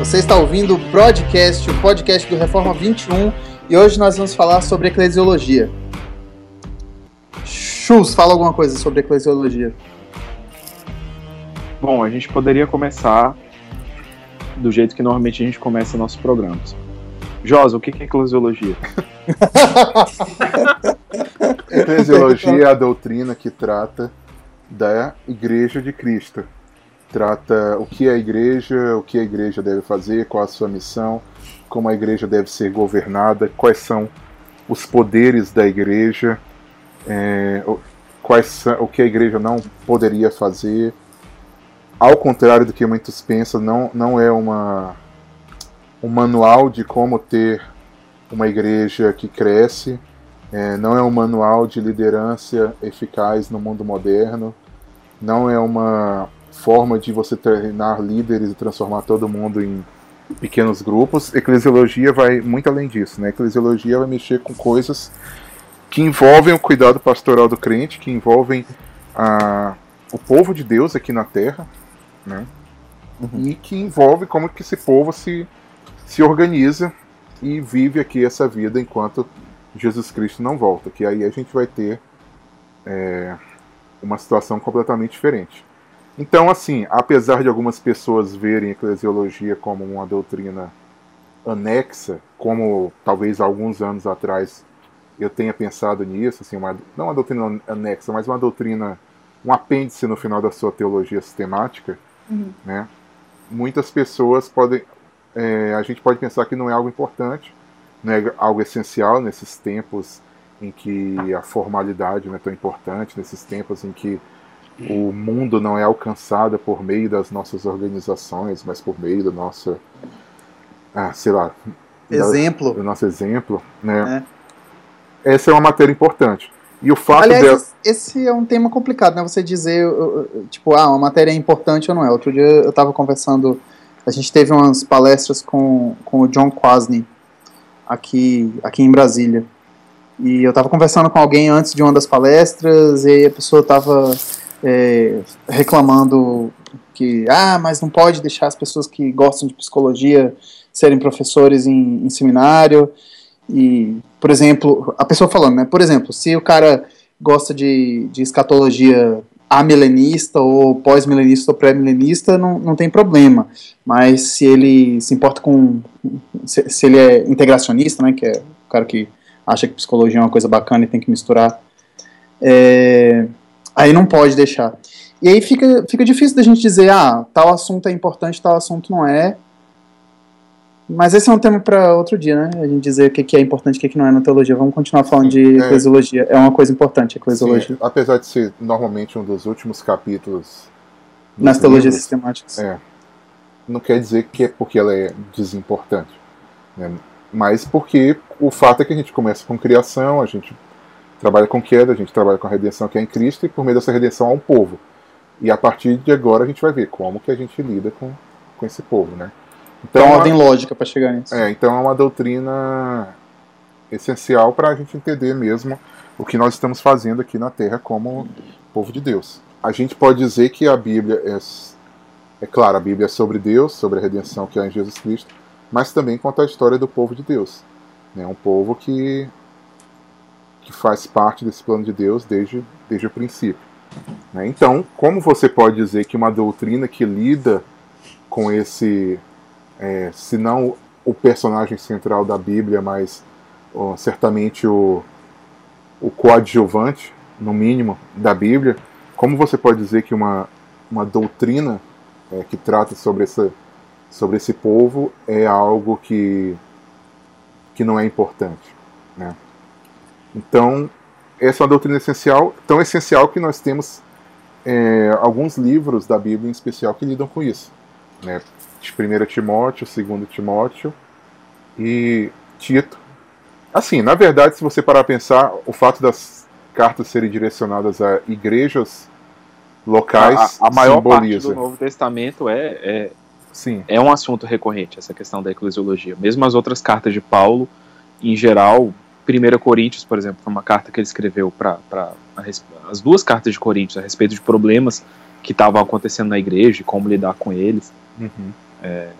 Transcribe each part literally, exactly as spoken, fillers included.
Você está ouvindo o Broadcast, o podcast do Reforma vinte e um, e hoje nós vamos falar sobre eclesiologia. Chus, fala alguma coisa sobre eclesiologia. Bom, a gente poderia começar do jeito que normalmente a gente começa nossos programas. Josa, o que é eclesiologia? Eclesiologia é a doutrina que trata da Igreja de Cristo. Trata o que é a igreja, o que a igreja deve fazer, qual a sua missão, como a igreja deve ser governada, quais são os poderes da igreja, é, quais são, o que a igreja não poderia fazer. Ao contrário do que muitos pensam, não, não é uma, um manual de como ter uma igreja que cresce, é, não é um manual de liderança eficaz no mundo moderno, não é uma forma de você treinar líderes e transformar todo mundo em pequenos grupos. Eclesiologia vai muito além disso, né? Eclesiologia vai mexer com coisas que envolvem o cuidado pastoral do crente, que envolvem a, o povo de Deus aqui na Terra, né? Uhum. E que envolve como que esse povo se, se organiza e vive aqui essa vida enquanto Jesus Cristo não volta, que aí a gente vai ter é, uma situação completamente diferente. Então, assim, apesar de algumas pessoas verem a eclesiologia como uma doutrina anexa, como talvez alguns anos atrás eu tenha pensado nisso, assim, uma, não uma doutrina anexa, mas uma doutrina, um apêndice no final da sua teologia sistemática, uhum. né? Muitas pessoas podem, é, a gente pode pensar que não é algo importante, não é algo essencial nesses tempos em que a formalidade não é tão importante, nesses tempos em que o mundo não é alcançado por meio das nossas organizações, mas por meio do nosso, ah, sei lá, exemplo. Da, do nosso exemplo, né? É. Essa é uma matéria importante. E o fato Aliás, dela... esse é um tema complicado, né? Você dizer, tipo, ah, uma matéria é importante ou não é. Outro dia eu estava conversando, a gente teve umas palestras com, com o John Kwasny aqui, aqui em Brasília. E eu estava conversando com alguém antes de uma das palestras e a pessoa estava é, reclamando que, ah, mas não pode deixar as pessoas que gostam de psicologia serem professores em, em seminário. E, por exemplo, a pessoa falando, né, por exemplo, se o cara gosta de, de escatologia amilenista ou pós-milenista ou pré-milenista, não, não tem problema. Mas se ele se importa com... Se, se ele é integracionista, né, que é o cara que acha que psicologia é uma coisa bacana e tem que misturar, é, aí não pode deixar. E aí fica, fica difícil da gente dizer, ah, tal assunto é importante, tal assunto não é. Mas esse é um tema para outro dia, né? A gente dizer o que é importante e o que não é na teologia. Vamos continuar falando Sim, de é, eclesiologia. É uma coisa importante, a eclesiologia. Sim, apesar de ser normalmente um dos últimos capítulos nas teologias sistemáticas. É, não quer dizer que é porque ela é desimportante, né? Mas porque o fato é que a gente começa com criação, a gente trabalha com queda, a gente trabalha com a redenção que é em Cristo, e por meio dessa redenção há um povo. E a partir de agora a gente vai ver como que a gente lida com, com esse povo, né? Então, então, ordem lógica para chegar nisso. É, então é uma doutrina essencial para a gente entender mesmo o que nós estamos fazendo aqui na Terra como povo de Deus. A gente pode dizer que a Bíblia é, é claro, a Bíblia é sobre Deus, sobre a redenção que há em Jesus Cristo, mas também conta a história do povo de Deus. É um povo que, que faz parte desse plano de Deus desde, desde o princípio. Né? Então, como você pode dizer que uma doutrina que lida com esse... É, se não o personagem central da Bíblia, mas ó, certamente o, o coadjuvante, no mínimo, da Bíblia, como você pode dizer que uma, uma doutrina é, que trata sobre, essa, sobre esse povo é algo que, que não é importante, né? Então, essa é uma doutrina essencial, tão essencial que nós temos é, alguns livros da Bíblia em especial que lidam com isso, né? De primeiro Timóteo, segundo Timóteo e Tito. Assim, na verdade, se você parar a pensar, o fato das cartas serem direcionadas a igrejas locais a, a maior simboliza. parte do Novo Testamento é, é, Sim. é um assunto recorrente, essa questão da eclesiologia. Mesmo as outras cartas de Paulo, em geral, primeira Coríntios, por exemplo, foi uma carta que ele escreveu para as duas cartas de Coríntios a respeito de problemas que estavam acontecendo na igreja e como lidar com eles. Uhum. É, é,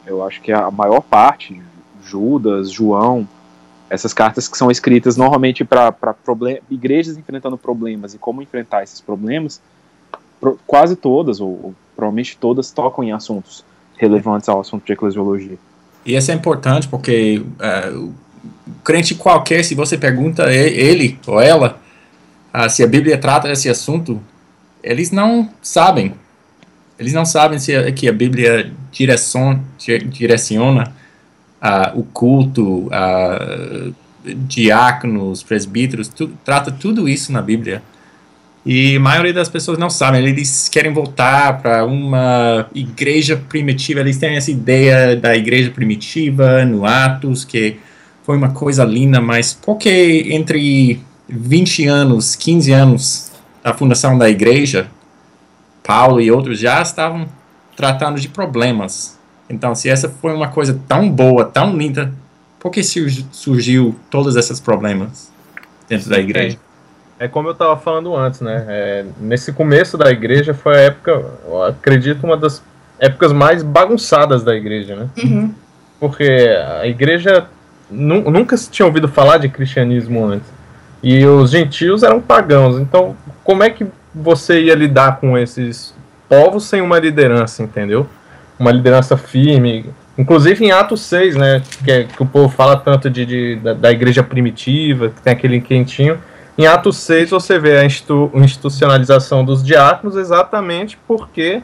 Eu acho que a maior parte, Judas, João, essas cartas que são escritas normalmente para igrejas enfrentando problemas e como enfrentar esses problemas, pro, quase todas, ou, ou provavelmente todas, tocam em assuntos relevantes ao assunto de eclesiologia. E isso é importante porque uh, o crente qualquer, se você pergunta ele ou ela uh, se a Bíblia trata desse assunto, eles não sabem. Eles não sabem se a, que a Bíblia direciona, direciona uh, o culto, uh, diáconos, presbíteros, tu, trata tudo isso na Bíblia. E a maioria das pessoas não sabem, eles querem voltar para uma igreja primitiva, eles têm essa ideia da igreja primitiva no Atos, que foi uma coisa linda, mas porque entre vinte anos, quinze anos da fundação da igreja, Paulo e outros já estavam tratando de problemas. Então, se essa foi uma coisa tão boa, tão linda, por que surgiu todos esses problemas dentro da igreja? É como eu estava falando antes, né? É, nesse começo da igreja foi a época, eu acredito, uma das épocas mais bagunçadas da igreja, né? Uhum. Porque a igreja nu nunca se tinha ouvido falar de cristianismo antes. E os gentios eram pagãos. Então, como é que você ia lidar com esses povos sem uma liderança, entendeu? Uma liderança firme. Inclusive em Atos seis, né? Que, é, que o povo fala tanto de, de, da, da igreja primitiva, que tem aquele quentinho. Em Atos seis você vê a institu institucionalização dos diáconos exatamente porque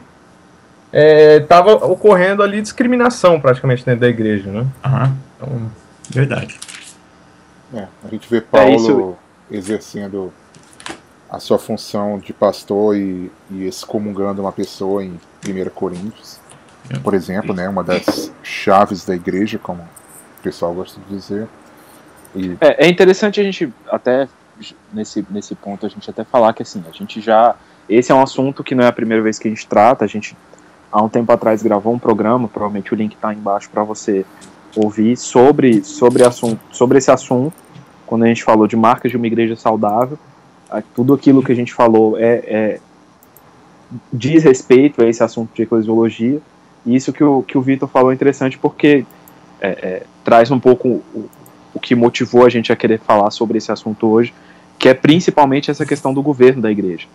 estava é, ocorrendo ali discriminação praticamente dentro da igreja, né? Uhum. Então, verdade. É, a gente vê Paulo é isso... exercendo a sua função de pastor e, e excomungando uma pessoa em primeira Coríntios, é. por exemplo, né, uma das chaves da igreja, como o pessoal gosta de dizer. E... É, é interessante a gente até... Nesse, nesse ponto a gente até falar que assim, a gente já, esse é um assunto que não é a primeira vez que a gente trata, a gente há um tempo atrás gravou um programa, provavelmente o link está embaixo para você ouvir, sobre, sobre, assunto, sobre esse assunto, quando a gente falou de marcas de uma igreja saudável, tudo aquilo que a gente falou é, é, diz respeito a esse assunto de eclesiologia, e isso que o, que o Vitor falou é interessante porque é, é, traz um pouco o, o que motivou a gente a querer falar sobre esse assunto hoje, que é principalmente essa questão do governo da igreja.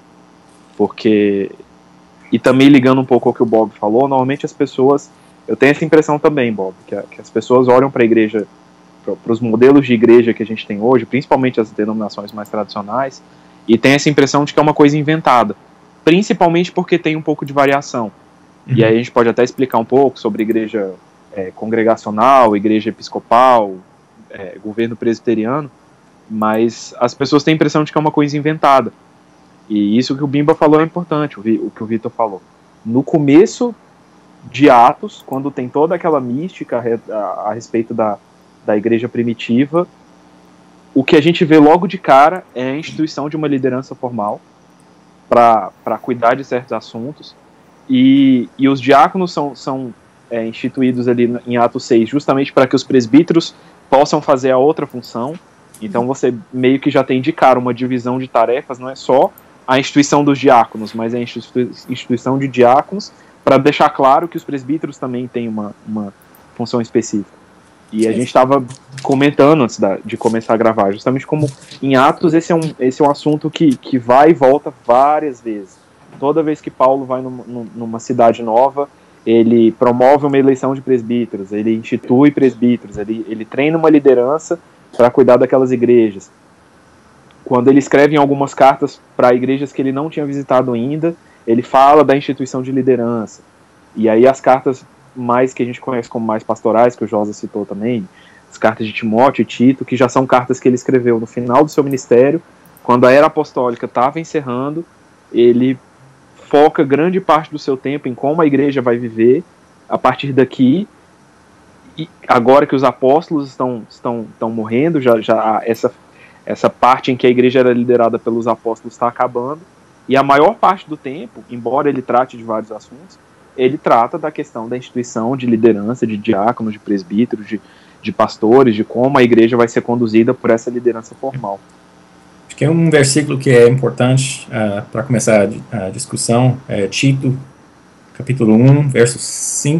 Porque, e também ligando um pouco ao que o Bob falou, normalmente as pessoas, eu tenho essa impressão também, Bob, que, a, que as pessoas olham para a igreja, para os modelos de igreja que a gente tem hoje, principalmente as denominações mais tradicionais, e tem essa impressão de que é uma coisa inventada, principalmente porque tem um pouco de variação. Uhum. E aí a gente pode até explicar um pouco sobre igreja é, congregacional, igreja episcopal, é, governo presbiteriano, mas as pessoas têm a impressão de que é uma coisa inventada. E isso que o Bimba falou é importante, o, Vi, o que o Vitor falou. No começo de Atos, quando tem toda aquela mística a, a, a respeito da, da igreja primitiva, o que a gente vê logo de cara é a instituição de uma liderança formal para cuidar de certos assuntos, e, e os diáconos são, são é, instituídos ali em Atos seis justamente para que os presbíteros possam fazer a outra função. Então você meio que já tem de cara uma divisão de tarefas, não é só a instituição dos diáconos, mas é a institui instituição de diáconos, para deixar claro que os presbíteros também têm uma, uma função específica. E a gente estava comentando antes da, de começar a gravar, justamente como em Atos esse é um, esse é um assunto que, que vai e volta várias vezes. Toda vez que Paulo vai num, numa cidade nova, ele promove uma eleição de presbíteros, ele institui presbíteros, ele, ele treina uma liderança para cuidar daquelas igrejas. Quando ele escreve em algumas cartas para igrejas que ele não tinha visitado ainda, ele fala da instituição de liderança. E aí as cartas mais que a gente conhece como mais pastorais, que o Josa citou também, as cartas de Timóteo e Tito, que já são cartas que ele escreveu no final do seu ministério, quando a era apostólica estava encerrando, ele foca grande parte do seu tempo em como a igreja vai viver a partir daqui. E agora que os apóstolos estão, estão, estão morrendo, já, já essa, essa parte em que a igreja era liderada pelos apóstolos está acabando, e a maior parte do tempo, embora ele trate de vários assuntos, ele trata da questão da instituição de liderança, de diáconos, de presbíteros, de, de pastores, de como a igreja vai ser conduzida por essa liderança formal. Acho que é um versículo que é importante uh, para começar a, a discussão, é Tito, capítulo um, verso cinco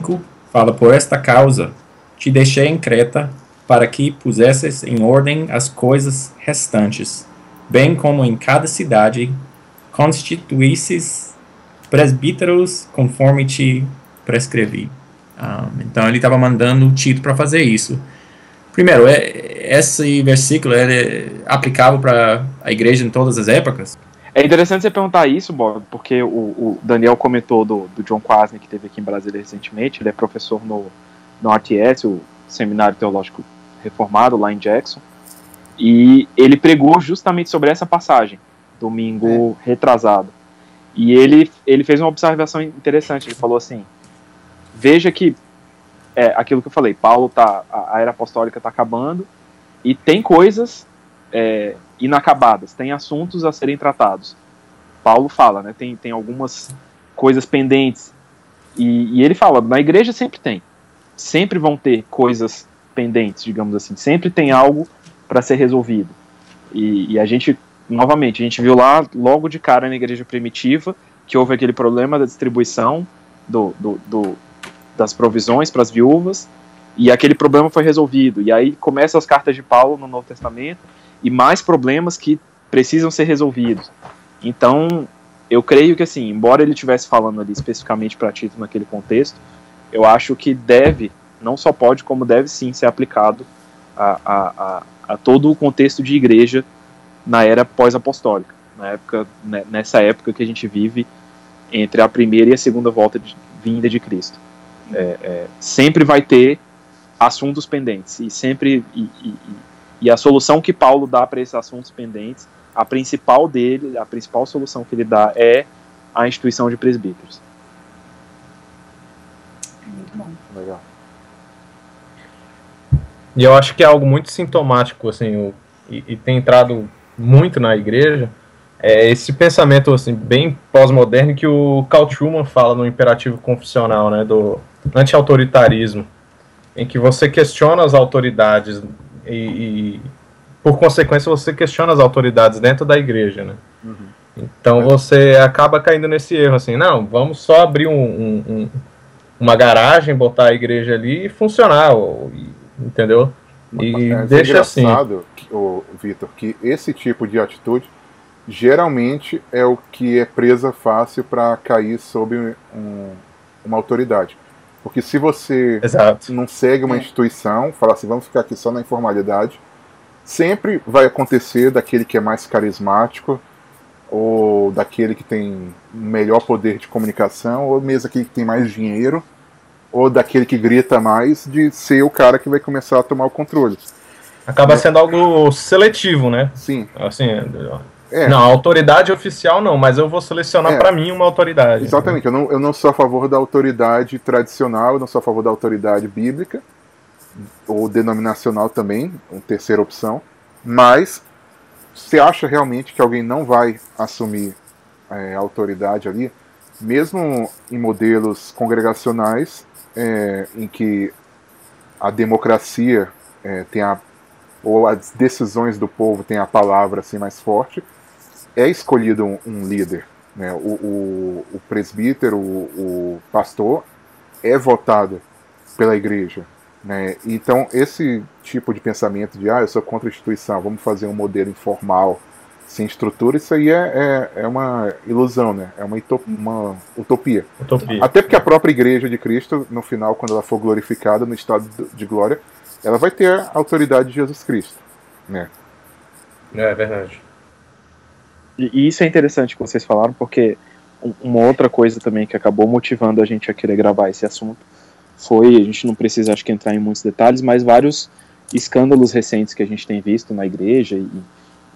fala, por esta causa, te deixei em Creta, para que pusesses em ordem as coisas restantes, bem como em cada cidade constituísses presbíteros conforme te prescrevi. Um, então ele estava mandando o Tito para fazer isso. Primeiro, é, esse versículo é aplicável para a igreja em todas as épocas? É interessante você perguntar isso, Bob, porque o, o Daniel comentou do, do John Kwasny, que esteve aqui em Brasília recentemente. Ele é professor no, no R T S, o Seminário Teológico Reformado, lá em Jackson, e ele pregou justamente sobre essa passagem, domingo é. retrasado. E ele, ele fez uma observação interessante. Ele falou assim: veja que é aquilo que eu falei, Paulo tá, a era apostólica está acabando e tem coisas é, inacabadas, tem assuntos a serem tratados. Paulo fala, né, tem, tem algumas coisas pendentes, e, e ele fala, na igreja sempre tem, sempre vão ter coisas pendentes, digamos assim, sempre tem algo para ser resolvido. E, e a gente, novamente, a gente viu lá logo de cara na igreja primitiva que houve aquele problema da distribuição do, do, do, das provisões para as viúvas, e aquele problema foi resolvido. E aí começam as cartas de Paulo no Novo Testamento e mais problemas que precisam ser resolvidos. Então, eu creio que, assim, embora ele estivesse falando ali especificamente para Tito naquele contexto, eu acho que deve, não só pode, como deve sim ser aplicado a, a, a, a todo o contexto de igreja na era pós-apostólica, na época, né, nessa época que a gente vive entre a primeira e a segunda volta de vinda de Cristo. É, é, sempre vai ter assuntos pendentes, e sempre e, e, e a solução que Paulo dá para esses assuntos pendentes, a principal dele, a principal solução que ele dá é a instituição de presbíteros. Muito bom. Legal. E eu acho que é algo muito sintomático, assim, o, e, e tem entrado muito na igreja, é esse pensamento, assim, bem pós-moderno que o Carl Trueman fala no Imperativo Confessional, né, do anti-autoritarismo, em que você questiona as autoridades e, e, por consequência, você questiona as autoridades dentro da igreja, né? Uhum. Então você acaba caindo nesse erro, assim, não, vamos só abrir um, um, um, uma garagem, botar a igreja ali e funcionar, entendeu? E é, deixa é assim. engraçado, Vitor, que esse tipo de atitude geralmente é o que é presa fácil para cair sob um, uma autoridade. Porque se você Exato. não segue uma instituição, fala assim, vamos ficar aqui só na informalidade, sempre vai acontecer daquele que é mais carismático, ou daquele que tem melhor poder de comunicação, ou mesmo aquele que tem mais dinheiro, ou daquele que grita mais, de ser o cara que vai começar a tomar o controle. Acaba sendo algo seletivo, né? Sim. Assim, é. Não, a autoridade oficial não, mas eu vou selecionar é. para mim uma autoridade. Exatamente, eu não, eu não sou a favor da autoridade tradicional, eu não sou a favor da autoridade bíblica, ou denominacional também, uma terceira opção, mas você acha realmente que alguém não vai assumir é, a autoridade ali, mesmo em modelos congregacionais, é, em que a democracia é, tem a, ou as decisões do povo têm a palavra assim, mais forte, é escolhido um, um líder, né? o, o, o presbítero, o, o pastor é votado pela igreja, né? Então esse tipo de pensamento de ah, eu sou contra a instituição, vamos fazer um modelo informal, sem estrutura, isso aí é, é, é uma ilusão, né? É uma, utopia, uma utopia. utopia. Até porque a própria igreja de Cristo, no final, quando ela for glorificada no estado de glória, ela vai ter a autoridade de Jesus Cristo, né? É verdade. E isso é interessante que vocês falaram, porque uma outra coisa também que acabou motivando a gente a querer gravar esse assunto foi, a gente não precisa acho que entrar em muitos detalhes, mas vários escândalos recentes que a gente tem visto na igreja, e, e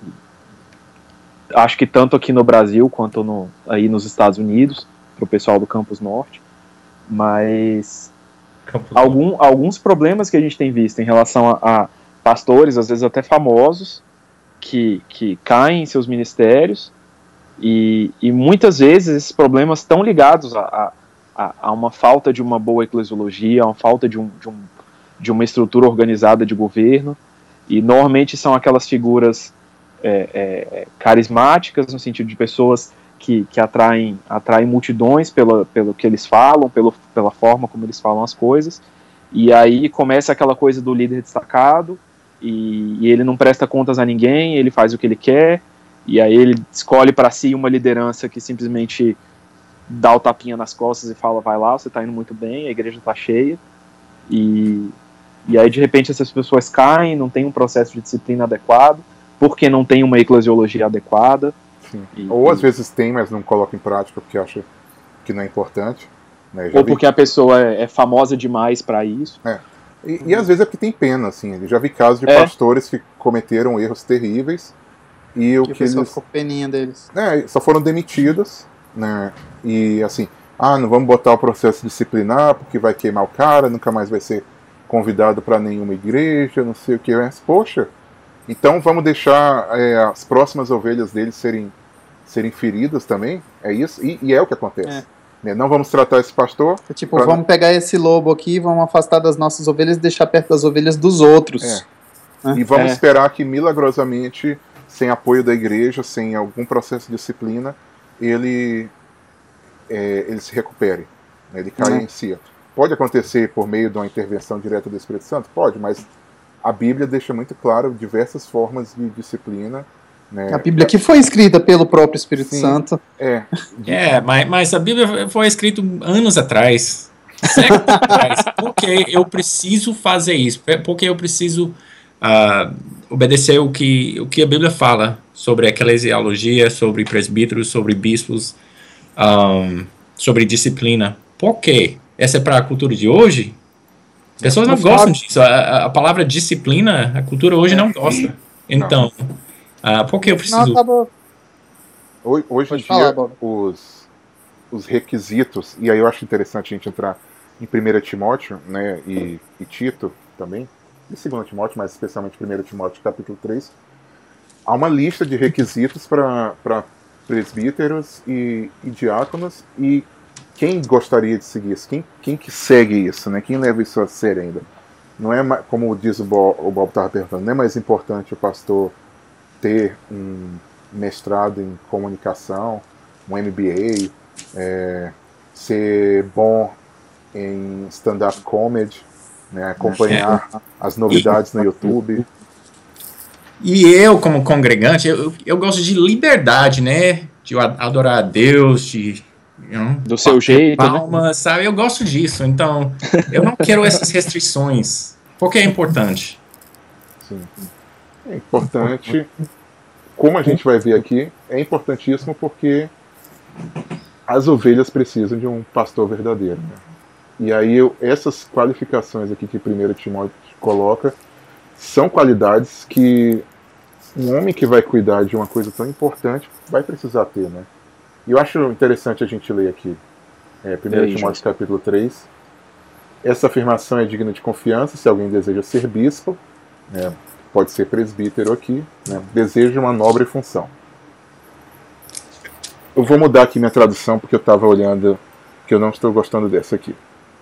acho que tanto aqui no Brasil quanto no, aí nos Estados Unidos, para o pessoal do Campus Norte, mas Campus algum, Norte. alguns problemas que a gente tem visto em relação a, a pastores, às vezes até famosos, Que, que caem em seus ministérios, e, e muitas vezes esses problemas estão ligados a, a, a uma falta de uma boa eclesiologia, a uma falta de, um, de, um, de uma estrutura organizada de governo, e normalmente são aquelas figuras é, é, carismáticas, no sentido de pessoas que, que atraem, atraem multidões pela, pelo que eles falam, pelo, pela forma como eles falam as coisas, e aí começa aquela coisa do líder destacado, e, e ele não presta contas a ninguém, ele faz o que ele quer, e aí ele escolhe para si uma liderança que simplesmente dá o tapinha nas costas e fala, vai lá, você está indo muito bem, a igreja está cheia, e, e aí de repente essas pessoas caem, não tem um processo de disciplina adequado, porque não tem uma eclesiologia adequada. E, ou às vezes tem, mas não coloca em prática porque acha que não é importante. Né? Ou porque vi... a pessoa é, é famosa demais para isso. É. E, e às vezes é porque tem pena, assim. Eu já vi casos de é. pastores que cometeram erros terríveis e o que, que eles... ficou peninha deles. É, só foram demitidos, né? E assim, ah, não vamos botar o processo disciplinar porque vai queimar o cara, nunca mais vai ser convidado para nenhuma igreja, não sei o que. Mas, poxa, então vamos deixar é, as próximas ovelhas deles serem, serem feridas também? É isso? E, e é o que acontece. É. Né? Não vamos tratar esse pastor... É tipo, pra... vamos pegar esse lobo aqui, vamos afastar das nossas ovelhas e deixar perto das ovelhas dos outros. É. Né? E vamos é. esperar que milagrosamente, sem apoio da igreja, sem algum processo de disciplina, ele, é, ele se recupere. Né? Ele caia uhum. em si. Pode acontecer por meio de uma intervenção direta do Espírito Santo? Pode, mas... A Bíblia deixa muito claro diversas formas de disciplina. Né? A Bíblia que foi escrita pelo próprio Espírito Sim, Santo. É, é mas, mas a Bíblia foi escrita anos atrás, séculos atrás. Por que eu preciso fazer isso? Porque eu preciso uh, obedecer o que, o que a Bíblia fala sobre eclesiologia, sobre presbíteros, sobre bispos, um, sobre disciplina. Por quê? Essa é para a cultura de hoje? As pessoas não gostam disso. A, a palavra disciplina, a cultura hoje não gosta. Então, uh, por que eu preciso... Não, tá bom. Hoje, hoje em dia, os, os requisitos, e aí eu acho interessante a gente entrar em primeiro Timóteo, né, e, e Tito também, e segundo Timóteo, mas especialmente primeiro Timóteo, capítulo três, há uma lista de requisitos para presbíteros e, e diáconos, e quem gostaria de seguir isso? Quem, quem que segue isso? Né? Quem leva isso a sério ainda? Não é, como diz o Bob, o Bob estava perguntando, não é mais importante o pastor ter um mestrado em comunicação, um M B A, é, ser bom em stand-up comedy, né? Acompanhar é. as novidades no YouTube. E eu, como congregante, eu, eu gosto de liberdade, né? De adorar a Deus, de... You know, do seu jeito, palma, né? Sabe? Eu gosto disso, então eu não quero essas restrições, porque é importante. Sim. É importante, como a gente vai ver aqui, é importantíssimo porque as ovelhas precisam de um pastor verdadeiro. Né? E aí eu, essas qualificações aqui que primeiro Timóteo coloca são qualidades que um homem que vai cuidar de uma coisa tão importante vai precisar ter, né? E eu acho interessante a gente ler aqui, é, primeiro Timóteo capítulo três. Essa afirmação é digna de confiança se alguém deseja ser bispo, né, pode ser presbítero aqui, né, deseja uma nobre função. Eu vou mudar aqui minha tradução porque eu estava olhando que eu não estou gostando dessa aqui.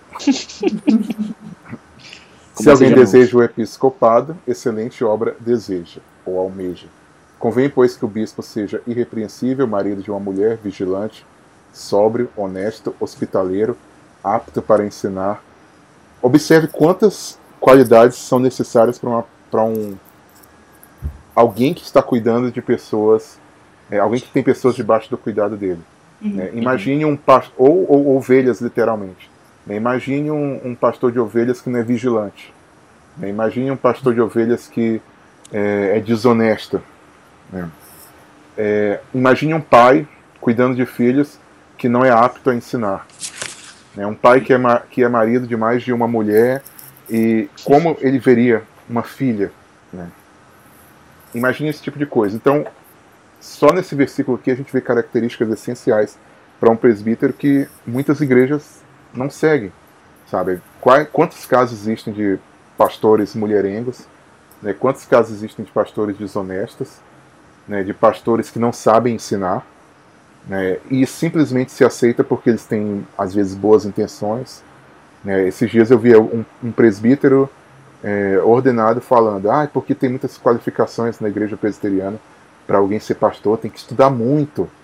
Se alguém deseja o episcopado, excelente obra deseja, ou almeja. Convém, pois, que o bispo seja irrepreensível, marido de uma mulher, vigilante, sóbrio, honesto, hospitaleiro, apto para ensinar. Observe quantas qualidades são necessárias para um alguém que está cuidando de pessoas, é, alguém que tem pessoas debaixo do cuidado dele. Uhum. É, imagine um pastor, ou, ou ovelhas, literalmente. Né, imagine um, um pastor de ovelhas que não é vigilante. Né, imagine um pastor de ovelhas que é, é desonesto. É. É, imagine um pai cuidando de filhos que não é apto a ensinar. É um pai que é, que é marido de mais de uma mulher e como ele veria uma filha. Né? Imagine esse tipo de coisa. Então, só nesse versículo aqui a gente vê características essenciais para um presbítero que muitas igrejas não seguem. Sabe? Quais, quantos casos existem de pastores mulherengos? Né? Quantos casos existem de pastores desonestos? Né, de pastores que não sabem ensinar, né, e simplesmente se aceita porque eles têm, às vezes, boas intenções. Né. Esses dias eu vi um, um presbítero é, ordenado falando, ah, porque tem muitas qualificações na igreja presbiteriana para alguém ser pastor, tem que estudar muito.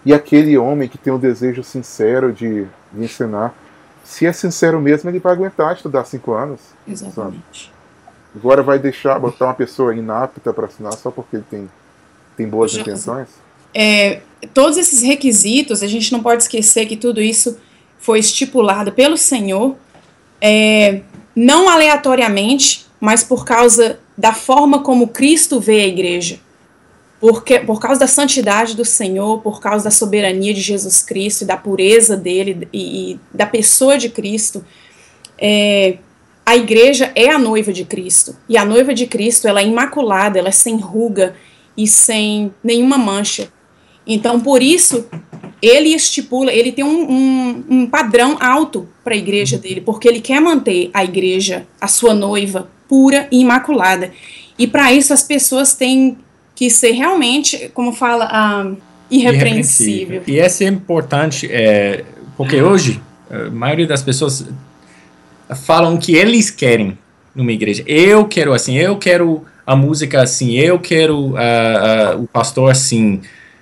E aquele homem que tem um desejo sincero de, de ensinar, se é sincero mesmo, ele vai aguentar estudar cinco anos. Exatamente. Sabe? Agora vai deixar, botar uma pessoa inapta para ensinar só porque ele tem, tem boas Já, intenções? É, todos esses requisitos, a gente não pode esquecer que tudo isso foi estipulado pelo Senhor, é, não aleatoriamente, mas por causa da forma como Cristo vê a igreja. Porque, por causa da santidade do Senhor, por causa da soberania de Jesus Cristo e da pureza dele e, e da pessoa de Cristo, é, a igreja é a noiva de Cristo. E a noiva de Cristo, ela é imaculada, ela é sem ruga e sem nenhuma mancha. Então, por isso, ele estipula, ele tem um, um, um padrão alto para a igreja dele, porque ele quer manter a igreja, a sua noiva, pura e imaculada. E para isso as pessoas têm que ser realmente, como fala, uh, irrepreensível. E isso é importante, é, porque hoje a maioria das pessoas falam o que eles querem numa igreja. Eu quero assim, eu quero a música assim, eu quero uh, uh, o pastor assim.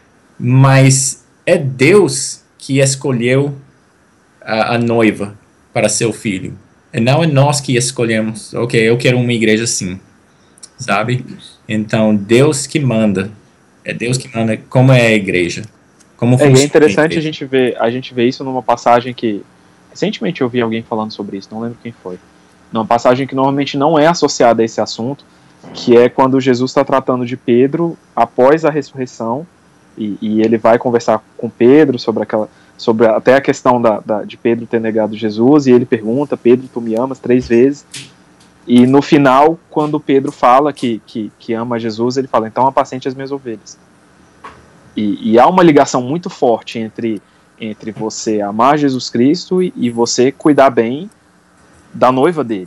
Mas é Deus que escolheu a, a noiva para seu filho. E não é nós que escolhemos, ok, eu quero uma igreja assim, sabe? Então, Deus que manda. É Deus que manda como é a igreja. Como é, e é interessante a, a gente ver a gente ver isso numa passagem que... Recentemente eu vi alguém falando sobre isso, não lembro quem foi. Numa passagem que normalmente não é associada a esse assunto, que é quando Jesus está tratando de Pedro após a ressurreição, e, e ele vai conversar com Pedro sobre aquela... sobre até a questão da, da, de Pedro ter negado Jesus, e ele pergunta, Pedro, tu me amas? Três vezes. E no final, quando Pedro fala que, que, que ama Jesus, ele fala, então apacente as minhas ovelhas. E, e há uma ligação muito forte entre, entre você amar Jesus Cristo e, e você cuidar bem da noiva dele.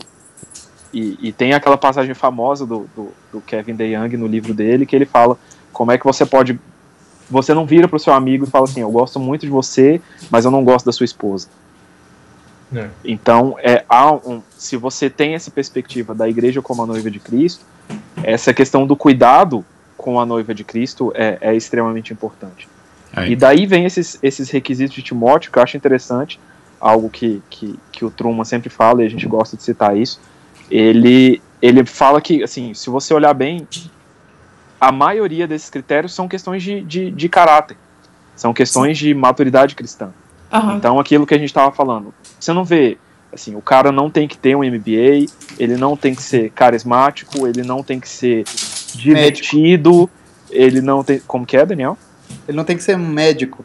E, e tem aquela passagem famosa do, do, do Kevin DeYoung no livro dele, que ele fala como é que você pode... Você não vira para o seu amigo e fala assim, eu gosto muito de você, mas eu não gosto da sua esposa. É. Então, é, há um, se você tem essa perspectiva da igreja como a noiva de Cristo, essa questão do cuidado com a noiva de Cristo é, é extremamente importante. Aí. E daí vem esses, esses requisitos de Timóteo, que eu acho interessante, algo que, que, que o Truman sempre fala, e a gente gosta de citar isso. Ele, ele fala que, assim, se você olhar bem, a maioria desses critérios são questões de, de, de caráter, são questões de maturidade cristã. Uhum. Então, aquilo que a gente estava falando, você não vê, assim, o cara não tem que ter um M B A, ele não tem que ser carismático, ele não tem que ser divertido, médico. Ele não tem... Como que é, Daniel? Ele não tem que ser um médico.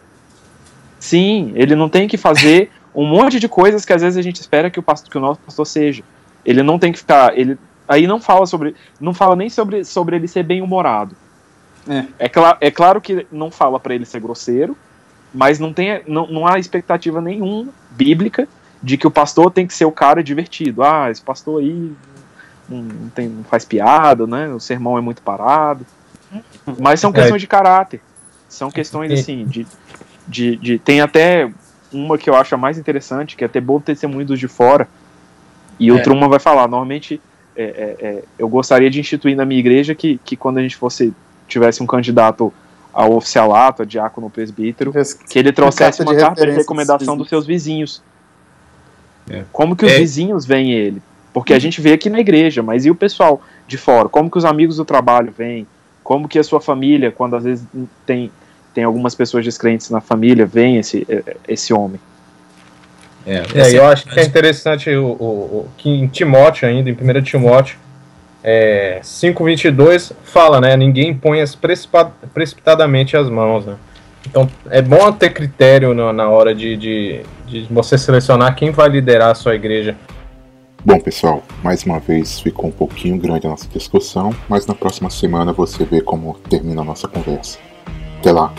Sim, ele não tem que fazer um monte de coisas que às vezes a gente espera que o, pastor, que o nosso pastor seja. Ele não tem que ficar... Ele, aí não fala sobre... Não fala nem sobre, sobre ele ser bem-humorado. É. É, cla- é claro que não fala para ele ser grosseiro, mas não, tem, não, não há expectativa nenhuma bíblica de que o pastor tem que ser o cara divertido. Ah, esse pastor aí não, não, tem, não faz piada, né? O sermão é muito parado. Mas são questões de caráter. São questões, assim, de, de, de... Tem até uma que eu acho a mais interessante, que é ter bom testemunho dos de fora. E é. o Truman vai falar, normalmente, é, é, é, eu gostaria de instituir na minha igreja que, que quando a gente fosse tivesse um candidato ao oficialato, a diácono presbítero, que ele trouxesse uma carta de recomendação dos seus vizinhos. É. Como que os é. vizinhos veem ele? Porque a gente vê aqui na igreja, mas e o pessoal de fora? Como que os amigos do trabalho veem? Como que a sua família, quando às vezes tem, tem algumas pessoas descrentes na família, veem esse, esse homem? É, é eu acho que é interessante o, o, o, que em Timóteo ainda, em primeiro Timóteo, É, cinco vinte e dois fala, né? Ninguém põe as precipita- precipitadamente as mãos, né? Então é bom ter critério no, na hora de, de, de você selecionar quem vai liderar a sua igreja. Bom, pessoal, mais uma vez ficou um pouquinho grande a nossa discussão, mas na próxima semana você vê como termina a nossa conversa. Até lá!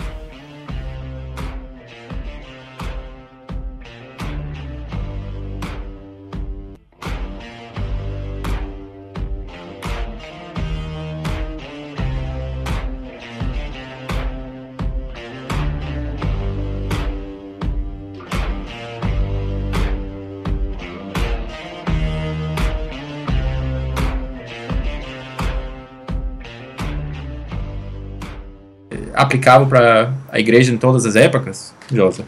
aplicável para a igreja em todas as épocas, Joseph?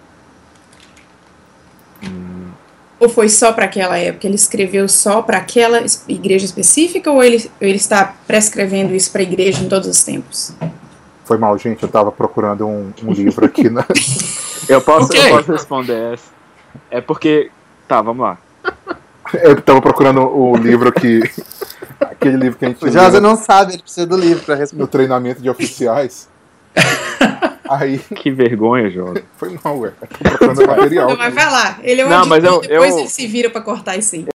Ou foi só para aquela época? Ele escreveu só para aquela igreja específica ou ele, ele está prescrevendo isso para a igreja em todos os tempos? Foi mal, gente, eu tava procurando um, um livro aqui na... Eu posso, Ok. eu posso responder essa. É porque... Tá, vamos lá. Eu tava procurando o livro que... Aquele livro que a gente O José lê não sabe, ele precisa do livro para no responder. treinamento de oficiais. Aí, Que vergonha, Jota. foi mal, ué. Tô procurando material. Não vai falar. Ele é o Não, mas editor, eu- depois eu- ele se vira para cortar isso aí.